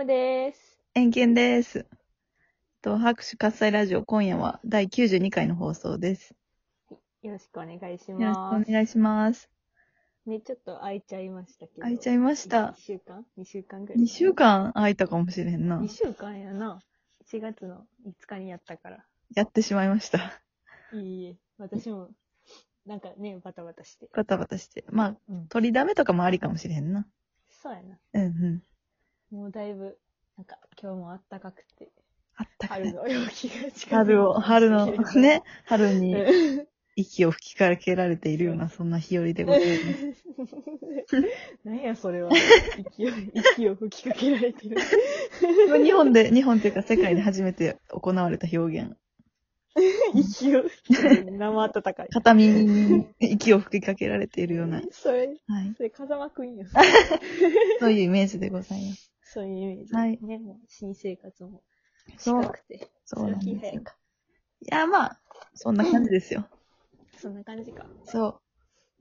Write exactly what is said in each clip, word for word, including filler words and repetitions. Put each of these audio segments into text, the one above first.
ムです。 偏見です。と拍手喝采ラジオ、今夜はだいきゅうじゅうにかいの放送です。 よろしくお願いしよろしくます。 お願いします。 ね、ちょっと空いちゃいましたけど。 空いちゃいました。 いっしゅうかん ?に 週間ぐらい。 にしゅうかん空いたかもしれんな。 にしゅうかんやな。いちがつのいつかにやったから。 やってしまいました。 いいえ、私も、なんかね、バタバタして。 バタバタして。まあ、 うん、 取りだめとかもありかもしれんな。 そうやな。 うんうん。 もうだいぶ、なんか今日もあったかくて。 あったかい。 春の陽気が近づいてきましたけれ春を、 ど春の、ね、春に息を吹きかけられているような、そんな日和でございます。 何やそれは。息を、息を吹きかけられてる。 日本で、日本というか世界で初めて行われた表現。 息を、生温かい。 片耳に息を吹きかけられているような。 それ、 はい。 それ風間くんよ。 そういうイメージでございます。 そういうイメージ。 はい。 ね、もう新生活もそう近くて。 そうなんですよ。 早いか。 いや、まあ、そんな感じですよ。 そんな感じか。 そう。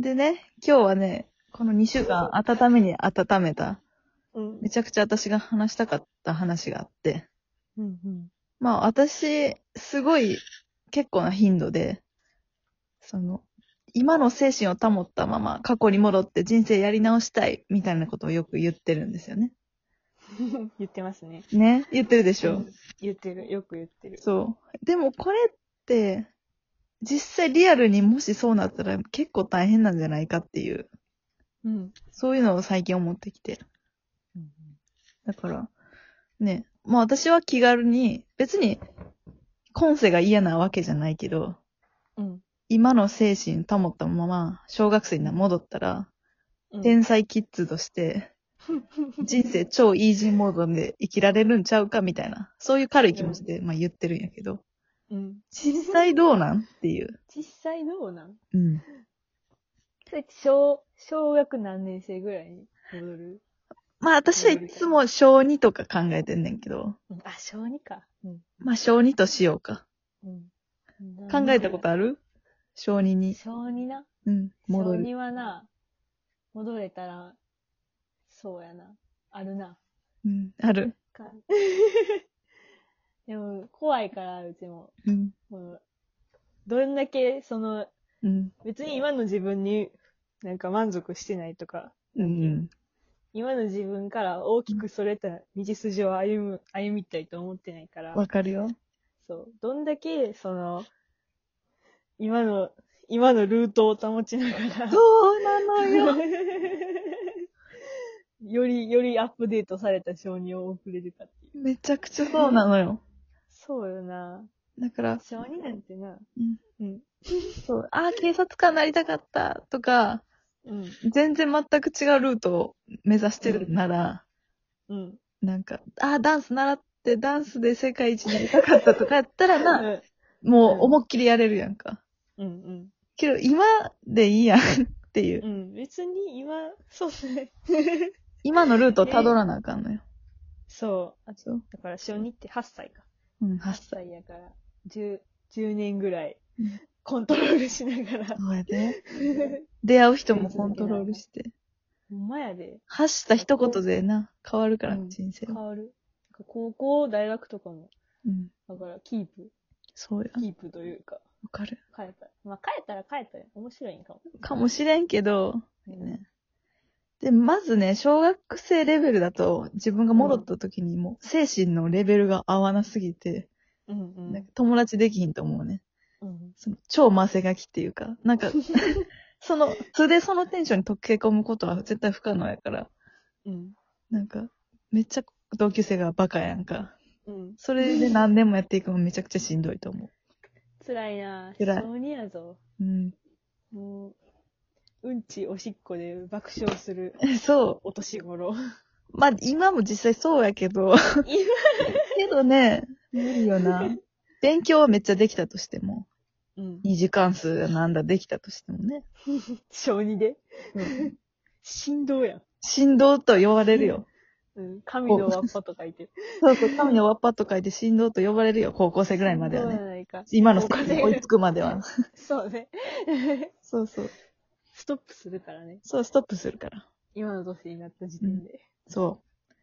でね、今日はね、このにしゅうかん温めに温めた、 うん。 めちゃくちゃ私が話したかった話があって、 うんうん。 まあ私、すごい結構な頻度で、その、今の精神を保ったまま過去に戻って人生やり直したいみたいなことをよく言ってるんですよね。 言ってますね。 ね、言ってるでしょ。 うん、言ってる。よく言ってる。 そう。でもこれって、実際リアルにもしそうなったら結構大変なんじゃないかっていう、 うん。 そういうのを最近思ってきて。 うん、 だから、ね、まあ私は気軽に、別に今世が嫌なわけじゃないけど、 うん。 今の精神保ったまま小学生に戻ったら、 うん、 天才キッズとして人生超イージーモードで生きられるんちゃうかみたいな、そういう軽い気持ちで、まあ言ってるんやけど、 うん。 実際どうなんっていう。 実際どうなん？ うん。 それ小、小学何年生ぐらいに戻る？ まあ私はいつも小にとか考えてんねんけど。 うん、あ、小にか。うん。 まあ小にとしようか。 うん。 考えたことある？小にに。 小にな。 うん。戻る。 小にはな、戻れたら、そうやな。あるな。 うん。ある。 かでも、怖いから、うちも。 うん。 もうどんだけ、その、 うん。 別に今の自分になんか満足してないとか、 うん。 今の自分から大きくそれた道筋を歩む、歩みたいと思ってないから。 わかるよ。 そう。どんだけ、その、今の、今のルートを保ちながら。 そうなのよ。 より、よりアップデートされた承認を送れるかっていう。 めちゃくちゃそうなのよ。 そうよな。 だから、 承認なんてな。 うん。 うん。 そう。ああ、警察官になりたかったとか、 うん。 全然全く違うルートを目指してるなら、 うん。 なんか、ああ、ダンス習ってダンスで世界一になりたかったとかやったらな、 うんもう思いっきりやれるやんか。 うんうん。 けど今でいいやんっていう。 うん。別に今、そうね。 今のルートを辿らなあかんのよ。 そう。あそう。 だから小にってはっさいか。 うん、 はっはっさい。 さいやから、じゅう、じゅうねんぐらいうんコントロールしながら。 そうやで。出会う人もコントロールして。 ほんまやで。 発した一言でな、変わるから、 うん人生は。 変わる。高校、大学とかも、 うん。 だからキープ、 そうや。 キープというか、 わかる。 変えたら。まあ変えたら変えたら面白いんかも。 かもしれんけど、 うんね。で、まずね、小学生レベルだと、自分が戻った時にも、精神のレベルが合わなすぎて、 うんうん。 なんか友達できひんと思うね。 うんその超マセガキっていうか、なんか、その、素でそのテンションに溶け込むことは絶対不可能やから、 うん。 なんか、めっちゃ同級生がバカやんか。 うん。 それで何年もやっていくのめちゃくちゃしんどいと思辛いな辛い小にやぞ。 う。うん。 もう、うんちおしっこで爆笑するそう。 お年頃。 まあ、今も実際そうやけど、けどね、無理よな。勉強はめっちゃできたとしても、 うん。 二次関数やなんだできたとしてもね。 小にでうん振動やん。 振動と呼ばれるよ。 うん。神のわっぱと書いてる。 そうそう、神のワッパと書いて振動と呼ばれるよ、高校生ぐらいまではそうやね。 ないか。 今の高校生追いつくまでは。 そうね。 そうそう。 ストップするからね。 そう、ストップするから。 今の年になった時点で。 そう。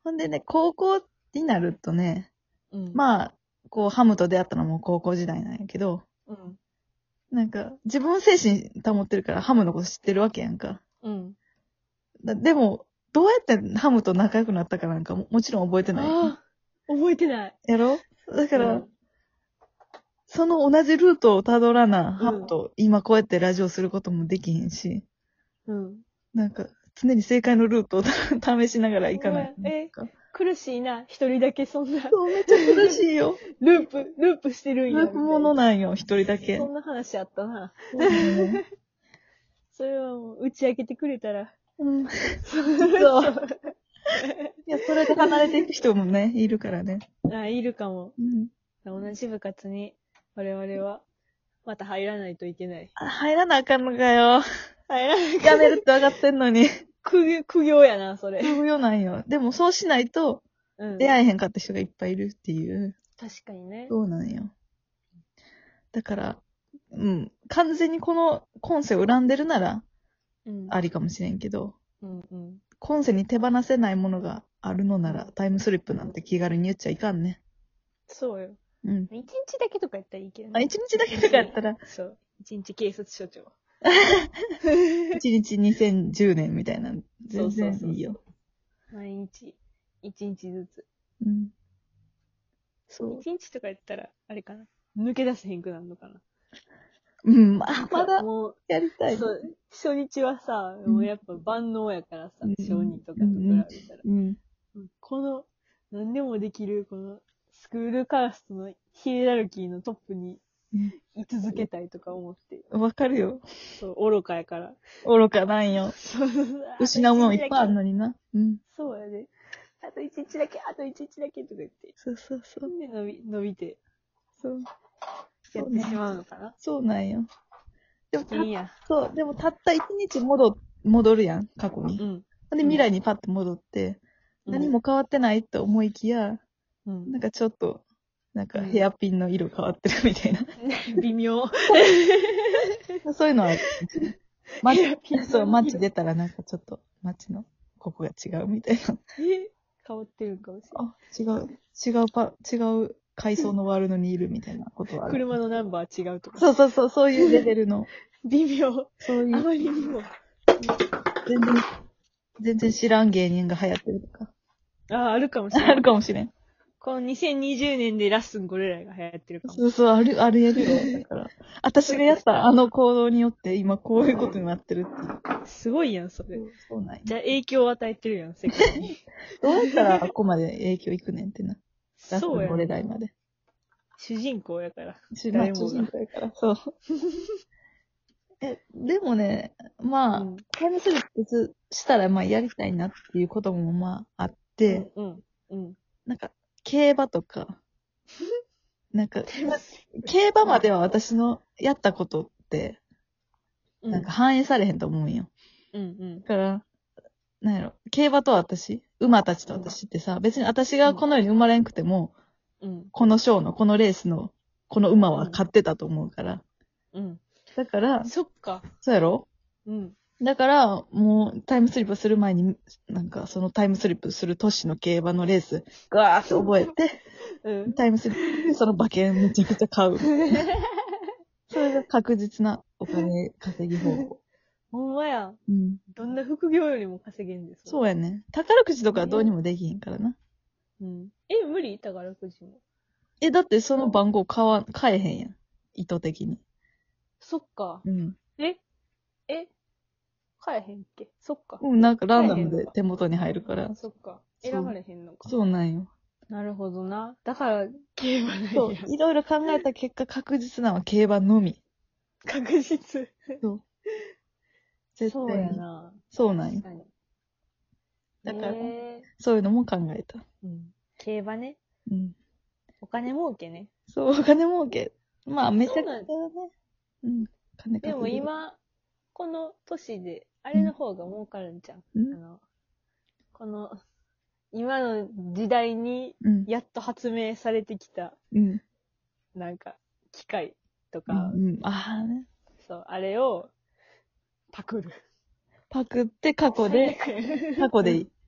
ほんでね、高校になるとね、 うん。あ、 まあ、こう、ハムと出会ったのも高校時代なんやけど、 うん。 なんか、自分精神保ってるからハムのこと知ってるわけやんか。 うん。 だでも、どうやってハムと仲良くなったかなんかも、もちろん覚えてない。 ああ、覚えてない。 やろだから、 うんその同じルートをたどらな、 うんハムと今こうやってラジオすることもできへんし、 うん。 なんか、常に正解のルートを試しながら行かないお前えか。 苦しいな。一人だけそんな、 そう、めっちゃ苦しいよ。 ループ、ループしてるんや。 ループものなんよ、一人だけ。 そんな話あったな。 そうなのよ。 それはもう打ち明けてくれたら。 うん。 そう。 いや、それで離れていく人もね、いるからね。 あ、いるかも。 うん。 同じ部活に我々はまた入らないといけない。 あ入らなあかんのかよ。 入らないやめるって分かってんのに。 苦行、苦行やな、それ。 そうよなんよ。でもそうしないと、 うん。 出会えへんかった人がいっぱいいるっていう。 確かにね。 そうなんよ。だから、うん。完全にこの今世を恨んでるなら、 うん。 ありかもしれんけど、 うんうん。 今世に手放せないものがあるのなら、タイムスリップなんて気軽に言っちゃいかんね。 そうよ。 うん。 一日だけとかやったらいいけどあ、 ね。 一日だけとかやったら、 そう。一日警察署長。 一日にせんじゅうねんみたいな、全そうそうそう然いいよ。 毎日、一日ずつ。 うん。そう。 一日とかやったら、あれかな。抜け出せへんくなるのかな。 うん、まあ、まだもう、 やりたい。 そう、初日はさ、 うんもうやっぱ万能やからさ、 うん小児とかと比べたら。 うん。 うんこの、何でもできる、この、スクールカーストのヒエラルキーのトップに居続けたいとか思って。 わかるよ。 そう、愚かやから。 愚かなんよ。 そう失うものいっぱいあるのにな。うん。 そうやで。あと一日だけ、あと一日だけとか言って。 そうそうそう。 で、伸び、伸びて、 そう。 やってしまうのかな。 そうなんよ。でもた、 いいんや。 そう、でもたった一日戻、戻るやん、過去に。 うん。 で、未来にパッと戻って、何も変わってないと思いきや、 うん。 なんかちょっと、なんかうんヘアピンの色変わってるみたいな。 微妙。 そういうのはある。マヘアピンの色そう、マッチ出たらなんかちょっと、マッチのここが違うみたいな。 え変わってるかもしれない。 あ、違う、違うパ、違う階層のワールドにいるみたいなことはある。 車のナンバー違うとか。 そうそうそう、そういうレベルの、 微妙。 そういう、 あまりにも。 全然、全然知らん芸人が流行ってるとか。 ああ、あるかもしれなあい。 るかもしれん。 このにせんにじゅうねんでラッスンゴレラが流行ってるかも。 そうそう、ある、あるやるよ。だから、私がやったあの行動によって今こういうことになってるっていう。 すごいやん、それ。 そうなんや。 じゃあ影響を与えてるやん、世界に。 どうやったらここまで影響いくねんってな。ラストそうやこれ代ん。 まで。 主人公やから。 しまあ、 誰もが主人公やから、そう。え、でもね、まあ、 うんタイムスリップしたら、まあ、やりたいなっていうことも、まあ、あって、 うん、うん、うん。 なんか、競馬とか、なんか、競馬までは私のやったことって、なんか反映されへんと思うんよ。 うん、うんだ。から、なんやろ、競馬と私、馬たちと私ってさ、別に私がこの世に生まれんくても、 うん、 このショーの、このレースの、この馬は勝ってたと思うから。 うん。 だから、 そっか。 そうやろうん。 だから、もう、タイムスリップする前に、なんか、そのタイムスリップする都市の競馬のレース、ガーって覚えて、 うん。 タイムスリップでその馬券めちゃくちゃ買う。それが確実なお金稼ぎ方法。 ほんまや。 うん。 どんな副業よりも稼げんです。 そうやね。宝くじとかはどうにもできへんからな。 うん。え、無理宝くじも。 え、だってその番号買わ、買えへんやん。意図的に。 そっか。 うん。 ええ買えへんっけそっか。 うん、なんかランダムで手元に入るから。 そっか。 そう選ばれへんのか。 そうなんよ。 なるほどな。だから、競馬なんや。 そう。いろいろ考えた結果確実なのは競馬のみ。 確実。 そう。絶対そうにやな。 そうなんよ確。かに。 だからへそういうのも考えた。 ーうん。競馬ね。 うん。 お金儲けね。 そう、お金儲け。まあ、めちゃくちゃねそう。 うん。金稼でもげる。 今、この年で、あれの方が儲かるんじゃん。 うんあの、この、今の時代に、 うん。 やっと発明されてきた、 うん。 なんか、機械とうか、 ん。うん。ああね。 そう、あれを、パクる。 パクって過去で、過去で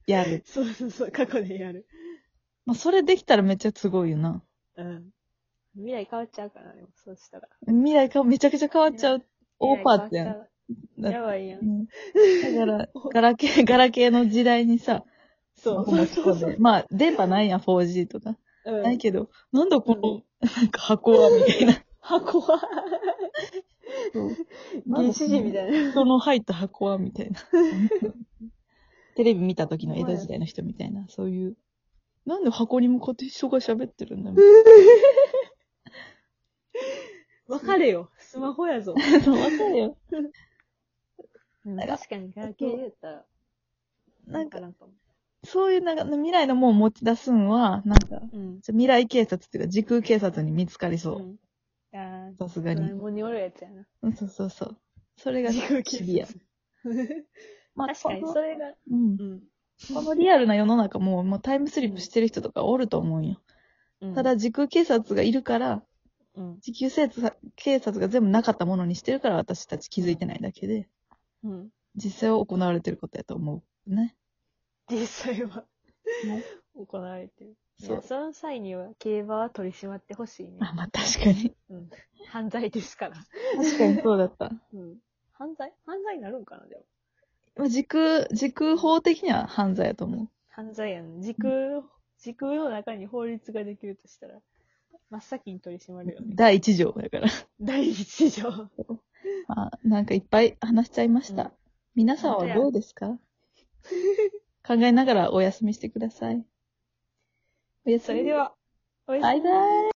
やる。 そうそうそう、過去でやる。 まあ、それできたらめっちゃすごいよな。 うん。未来変わっちゃうから、でも、そうしたら。 未来がめちゃくちゃ変わっちゃう。大パーツやん。 未来変わっちゃう。やばいやん。 うん。だから、ガラケー、ガラケーの時代にさ、 そう。 持ち込んで。まあ、電波ないやん、フォージー とか。 うん。 ないけど、なんだこの、なんか箱は、みたいな。 箱は、 そう原始人みたいな。 人の入った箱は、みたいな。テレビ見た時の江戸時代の人みたいな、そういう。なんで箱に向かって人が喋ってるんだみたいわかれよ。スマホやぞ。 な。そう、わかるよ。 うんなんか確かに、ガラケー言ったら、 なんか、 わらんかも。 そういうなんか、未来のもん持ち出すんは、なんか、 うん。 未来警察っていうか、時空警察に見つかりそうう。 ん。ああ、 さすがに。 ドラえもんにおるやつやな。 うんそうそうそう。それが時空警シビア。 察。 まあ、 確かに、 このそれが、 うん。 うん。 このリアルな世の中も、もうタイムスリップしてる人とかおると思うんよ。 うんただ、時空警察がいるから、 うん。 地球警察警察が全部なかったものにしてるから私たち気づいてないだけで、 うん。 実際は行われてることやと思う。ね。 実際はね行われてる。いや、 そう。 その際には競馬は取り締まってほしいね。 あ、まあ確かに。 うん。犯罪ですから。 確かにそうだった。 うん。犯罪犯罪になるんかな、でも。 まあ時空、時空法的には犯罪やと思う。 犯罪やん。時空、時空の中に法律ができるとしたら、真っ先に取り締まるよね。 第一条やから。 第一条。 まあ、なんかいっぱい話しちゃいました。 うん皆さんはどうですか考えながらお休みしてください。おやすみ。 それでは、おやすみバイバイ。